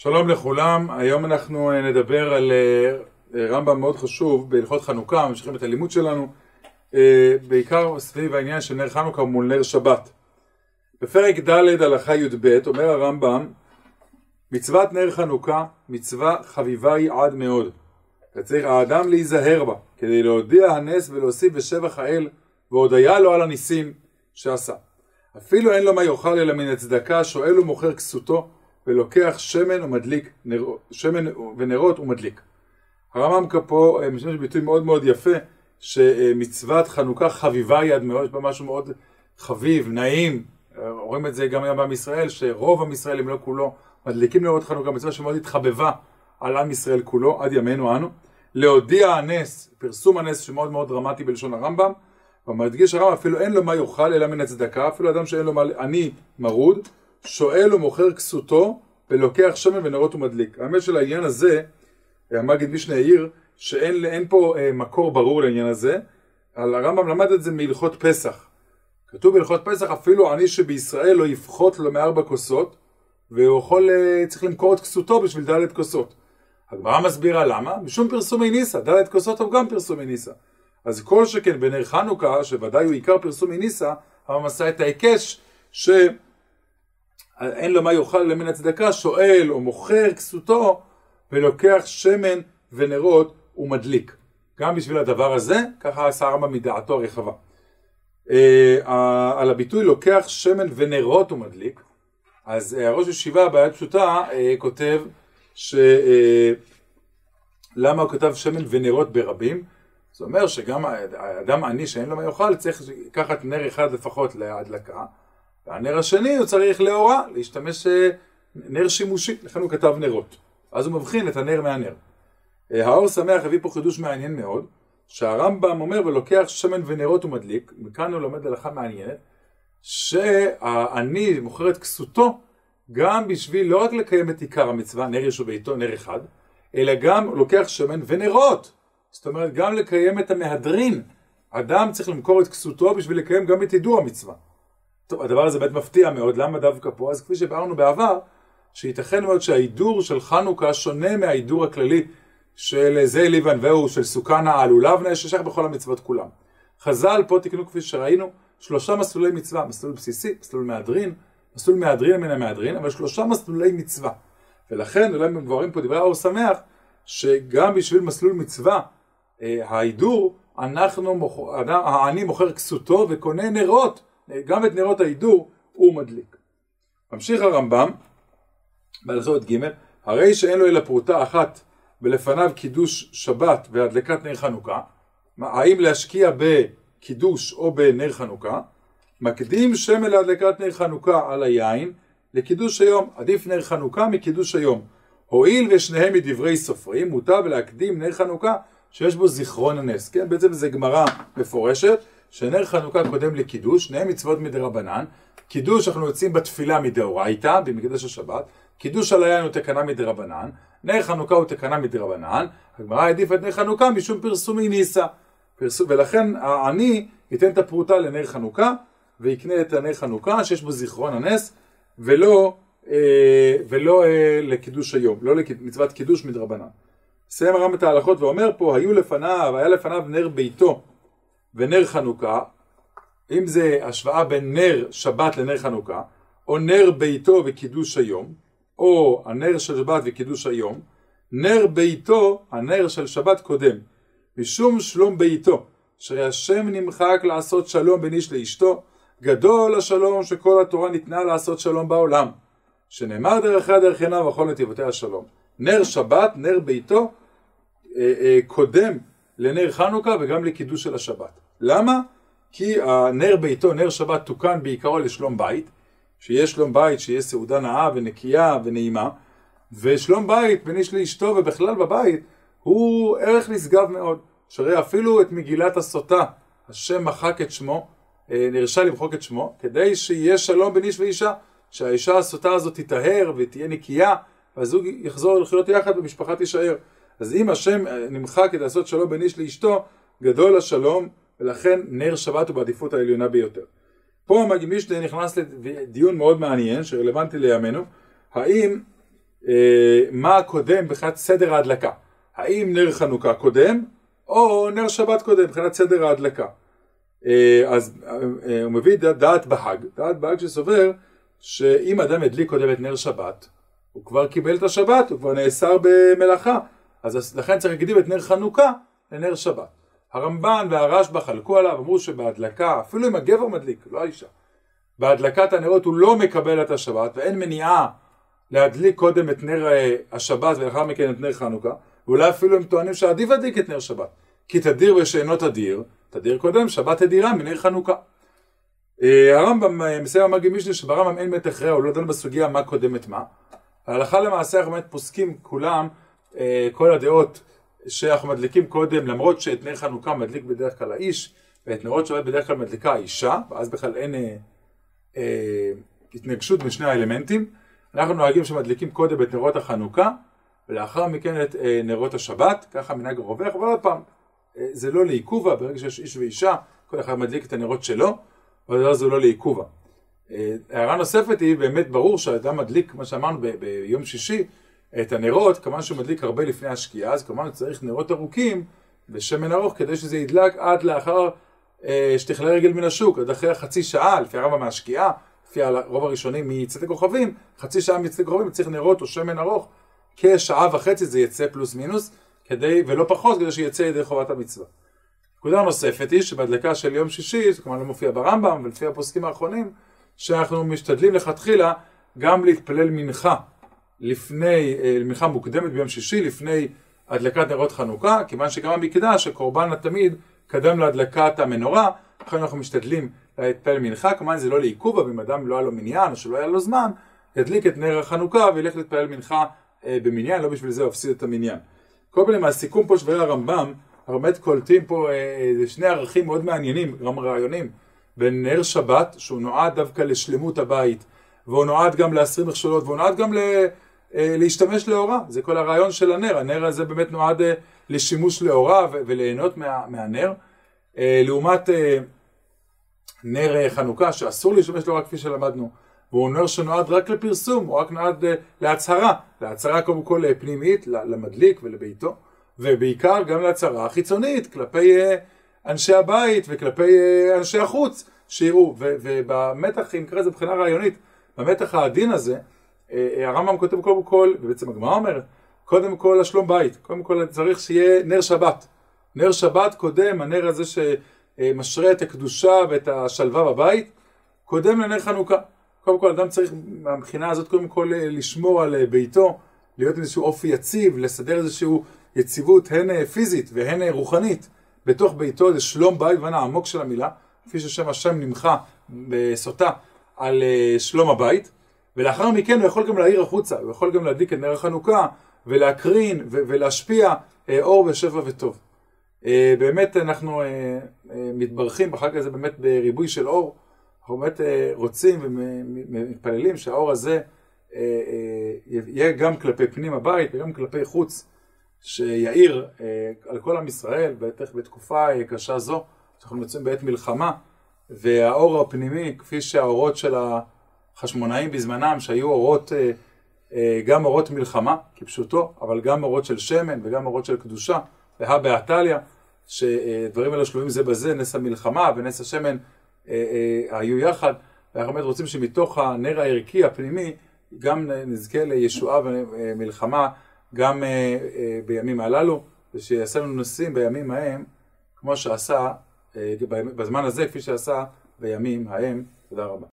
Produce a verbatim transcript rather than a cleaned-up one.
שלום לכולם, היום אנחנו נדבר על רמב"ם מאוד חשוב בהלכות חנוכה, ממשיכים את הלימוד שלנו, בעיקר סביב העניין של נר חנוכה מול נר שבת. בפרק ד' הלכה י"ב אומר הרמב"ם, מצוות נר חנוכה מצווה חביבה היא עד מאוד, וצריך האדם להיזהר בה, כדי להודיע הנס ולהוסיף בשבח האל והודיה לו על הניסים שעשה. אפילו אין לו מה יאכל אלא מן הצדקה, שואל ומוכר כסותו, ולוקח שמן ומדליק, נר, שמן ונרות ומדליק. הרמב"ם פה משתמש ביטוי מאוד מאוד יפה, שמצוות חנוכה חביבה היא עד מאוד, יש בה משהו מאוד חביב, נעים. רואים את זה גם היום בעם ישראל, שרוב עם ישראל, אם לא כולו, מדליקים נרות חנוכה, מצווה שמאוד התחבבה על עם ישראל כולו, עד ימינו אנו. להודיע הנס, פרסום הנס שמאוד מאוד דרמטי בלשון הרמב"ם, ומדגיש הרמב"ם, אפילו אין לו מה יאכל אלא מן הצדקה, אפילו אדם שאין לו מה, אני מרוד, שואל ומוכר כסותו ולוקח שמן ונרות ומדליק. האמת של העניין הזה, המגיד משנה העיר, שאין אין פה אה, מקור ברור לעניין הזה, על הרמב"ם למד את זה מהלכות פסח. כתוב בהלכות פסח, אפילו עני שבישראל לא יפחות לו מארבע כוסות, והוא יכול, אה, צריך למכור את כסותו בשביל דלת כוסות. הגמרא מסבירה למה? משום פרסומי ניסה, דלת כוסות הוא גם פרסומי ניסה. אז כל שכן בנר חנוכה, שוודאי הוא עיקר פרסומי ניסה, הרמב"ם עשה את ההיקש ש... אין לו מה יאכל למן הצדקה, שואל או מוכר כסותו ולוקח שמן ונרות ומדליק. גם בשביל הדבר הזה, ככה עשה הרמב"ם מדעתו הרחבה. על הביטוי לוקח שמן ונרות ומדליק, אז ראש ישיבה בעיה פשוטה כותב שלמה הוא כותב שמן ונרות ברבים? זה אומר שגם האדם עני שאין לו מה יאכל צריך לקחת נר אחד לפחות להדלקה, והנר השני הוא צריך לאורה, להשתמש נר שימושי, לכן הוא כתב נרות. אז הוא מבחין את הנר מהנר. האור שמח הביא פה חידוש מעניין מאוד, שהרמב"ם אומר ולוקח שמן ונרות ומדליק, מכאן הוא לומד הלכה מעניינת, שהעני מוכר את כסותו, גם בשביל לא רק לקיים את עיקר המצווה, נר יש ביתו, נר אחד, אלא גם לוקח שמן ונרות. זאת אומרת, גם לקיים את המהדרין. אדם צריך למכור את כסותו בשביל לקיים גם את יידוע המצווה. טוב, הדבר הזה באמת מפתיע מאוד, למה דווקא פה? אז כפי שבארנו בעבר, שייתכן מאוד שההידור של חנוכה שונה מההידור הכללי של זה ליבן והוא של סוכנה על ולבנה, ששייך בכל המצוות כולם. חז"ל פה תקנו כפי שראינו, שלושה מסלולי מצווה, מסלול בסיסי, מסלול מהדרין, מסלול מהדרין מן המהדרין, אבל שלושה מסלולי מצווה. ולכן, אולי מבוארים פה דברי האור שמח, שגם בשביל מסלול מצווה, ההידור, אנחנו, העני מוכר כסותו וקונה נרות, גם את נרות ההידור הוא מדליק. ממשיך הרמב"ם בהלכות ג', הרי שאין לו אלא פרוטה אחת ולפניו קידוש שבת והדלקת נר חנוכה, האם להשקיע בקידוש או בנר חנוכה, מקדים שמן להדלקת נר חנוכה על היין לקידוש היום, עדיף נר חנוכה מקידוש היום. הואיל ושניהם מדברי סופרים, מוטב להקדים נר חנוכה שיש בו זיכרון הנס. כן, בעצם זה גמרא מפורשת, שנר חנוכה קודם לקידוש, שניהם מצוות מדרבנן. קידוש אנחנו יוצאים בתפילה מדאורייתא, במקדש השבת. קידוש על היין הוא תקנה מדרבנן. נר חנוכה הוא תקנה מדרבנן. הגמרא העדיפה את נר חנוכה משום פרסומי ניסה. פרסום, ולכן העני ייתן את הפרוטה לנר חנוכה, ויקנה את הנר חנוכה שיש בו זיכרון הנס, ולא, אה, ולא אה, לקידוש היום, לא למצוות קידוש מדרבנן. סיים הרמב"ם את ההלכות ואומר פה, היו לפניו, היה לפניו נר ביתו ונר חנוכה, אם זה השוואה בין נר שבת לנר חנוכה, או נר ביתו וקידוש היום, או הנר של שבת וקידוש היום, נר ביתו, הנר של שבת קודם, משום שלום ביתו, שהשם נמחק לעשות שלום בין איש לאשתו, גדול השלום שכל התורה ניתנה לעשות שלום בעולם, שנאמר דרכיה דרכנה וכל נתיבותיה שלום. נר שבת, נר ביתו, אה, אה, קודם לנר חנוכה וגם לקידוש של השבת. למה? כי הנר ביתו, נר שבת, תוקן בעיקרו לשלום בית, שיהיה שלום בית, שיהיה סעודה נאה ונקייה ונעימה, ושלום בית בין איש לאשתו ובכלל בבית, הוא ערך נשגב מאוד. שהרי אפילו את מגילת הסוטה, השם מחק את שמו, נרשה למחוק את שמו, כדי שיהיה שלום בין איש ואישה, שהאישה הסוטה הזאת תיטהר ותהיה נקייה, והזוג יחזור לחיות יחד במשפחה תישאר. אז אם השם נמחק כדי לעשות שלום בין איש לאשתו, גדול השלום, ולכן נר שבת הוא בעדיפות העליונה ביותר. פה המגיד משנה נכנס לדיון מאוד מעניין, שרלוונטי לימינו, האם מה קודם מבחינת סדר ההדלקה. האם נר חנוכה קודם, או נר שבת קודם, מבחינת סדר ההדלקה. אז הוא מביא דעת בהג, דעת בהג שסובר שאם אדם הדליק קודם את נר שבת, הוא כבר קיבל את השבת, הוא כבר נאסר במלאכה, אז לכן צריך להקדים את נר חנוכה לנר שבת. הרמב"ן והרשב"א חלקו עליו, אמרו שבהדלקה, אפילו אם הגבר מדליק, לא האישה, בהדלקת הנרות הוא לא מקבל את השבת, ואין מניעה להדליק קודם את נר השבת ולאחר מכן את נר חנוכה, ואולי אפילו הם טוענים שעדיף להדליק את נר שבת, כי תדיר ושאינו תדיר, תדיר קודם, שבת תדירה מנר חנוכה. הרמב"ם מסיים המגיד משנה שברמב"ם אין מת הכרעה, הוא לא דן בסוגיה מה קודם את מה. ההלכה למעשה אנחנו באמת פוסקים כולם, כל הדעות שאנחנו מדליקים קודם, למרות שאת נר חנוכה מדליק בדרך כלל האיש, ואת נרות שבת בדרך כלל מדליקה האישה, ואז בכלל אין אה, אה, התנגשות משני האלמנטים. אנחנו נוהגים שמדליקים קודם את נרות החנוכה, ולאחר מכן את אה, נרות השבת, ככה מנהג רווח, אבל עוד פעם, אה, זה לא לעיכובה, ברגע שיש איש ואישה, כל אחד מדליק את הנרות שלו, אבל זה לא לעיכובה. אה, הערה נוספת היא, באמת ברור שהאדם מדליק, מה שאמרנו ב- ביום שישי, את הנרות, כמובן שהוא מדליק הרבה לפני השקיעה, אז כמובן צריך נרות ארוכים ושמן ארוך כדי שזה ידלק עד לאחר אה, שתכלה רגל מן השוק, עד אחרי חצי שעה, לפי הרמב"ם מהשקיעה, לפי הרוב הראשונים מצאת כוכבים, חצי שעה מצאת כוכבים צריך נרות או שמן ארוך, כשעה וחצי זה יצא פלוס מינוס, כדי, ולא פחות, כדי שיצא ידי חובת המצווה. נקודה נוספת היא שבהדלקה של יום שישי, זה כמובן לא מופיע ברמב"ם ולפי הפוסקים האחרונים, שאנחנו משתדלים לכתחילה גם להתפלל מנחה, לפני, מנחה מוקדמת ביום שישי, לפני הדלקת נרות חנוכה, כיוון שגם המקדש, שקורבן התמיד, קדם להדלקת המנורה, לכן אנחנו משתדלים להתפלל מנחה, כמובן זה לא לעיכוב, אבל אם אדם לא היה לו מניין או שלא היה לו זמן, ידליק את נר החנוכה וילך להתפלל מנחה אה, במניין, לא בשביל זה להפסיד את המניין. כל פעם מהסיכום פה שווה הרמב"ם, באמת קולטים פה אה, שני ערכים מאוד מעניינים, גם רעיונים, בין נר שבת, שהוא נועד דווקא לשלמות הבית, והוא נועד גם להסיר מכשולות, והוא נועד גם ל... להשתמש לאורה, זה כל הרעיון של הנר, הנר הזה באמת נועד לשימוש לאורה וליהנות מה, מהנר, לעומת נר חנוכה שאסור להשתמש לאורה כפי שלמדנו, והוא נר שנועד רק לפרסום, הוא רק נועד להצהרה, להצהרה קודם כל פנימית, למדליק ולביתו, ובעיקר גם להצהרה חיצונית, כלפי אנשי הבית וכלפי אנשי החוץ שיראו, ובמתח, אם קרא זה מבחינה רעיונית, במתח העדין הזה, הרמב"ם כותב קודם כל, ובעצם הגמרא אומרת, קודם כל השלום בית, קודם כל צריך שיהיה נר שבת. נר שבת קודם, הנר הזה שמשרה את הקדושה ואת השלווה בבית, קודם לנר חנוכה. קודם כל אדם צריך מהבחינה הזאת קודם כל לשמור על ביתו, להיות איזשהו אופי יציב, לסדר איזשהו יציבות הן פיזית והן רוחנית. בתוך ביתו זה שלום בית, ואנה העמוק של המילה, כפי ששם השם נמחה בסוטה על שלום הבית. ולאחר מכן הוא יכול גם להעיר החוצה, הוא יכול גם להדליק את נר החנוכה, ולהקרין ו- ולהשפיע אה, אור ושפע וטוב. אה, באמת אנחנו אה, אה, מתברכים בחג הזה באמת בריבוי של אור, אנחנו באמת אה, רוצים ומתפללים שהאור הזה אה, אה, יהיה גם כלפי פנים הבית וגם כלפי חוץ, שיעיר אה, על כל עם ישראל, בטח בתקופה אה, קשה זו, שאנחנו מצויים בעת מלחמה, והאור הפנימי, כפי שהאורות של ה... חשמונאים בזמנם שהיו אורות, גם אורות מלחמה כפשוטו, אבל גם אורות של שמן וגם אורות של קדושה, והא בהא שדברים האלה שלובים זה בזה, נס המלחמה ונס השמן היו יחד, ואנחנו באמת רוצים שמתוך הנר הערכי הפנימי גם נזכה לישועה ומלחמה גם בימים הללו, ושיעשה לנו נסים בימים ההם כמו שעשה בזמן הזה, כפי שעשה בימים ההם. תודה רבה.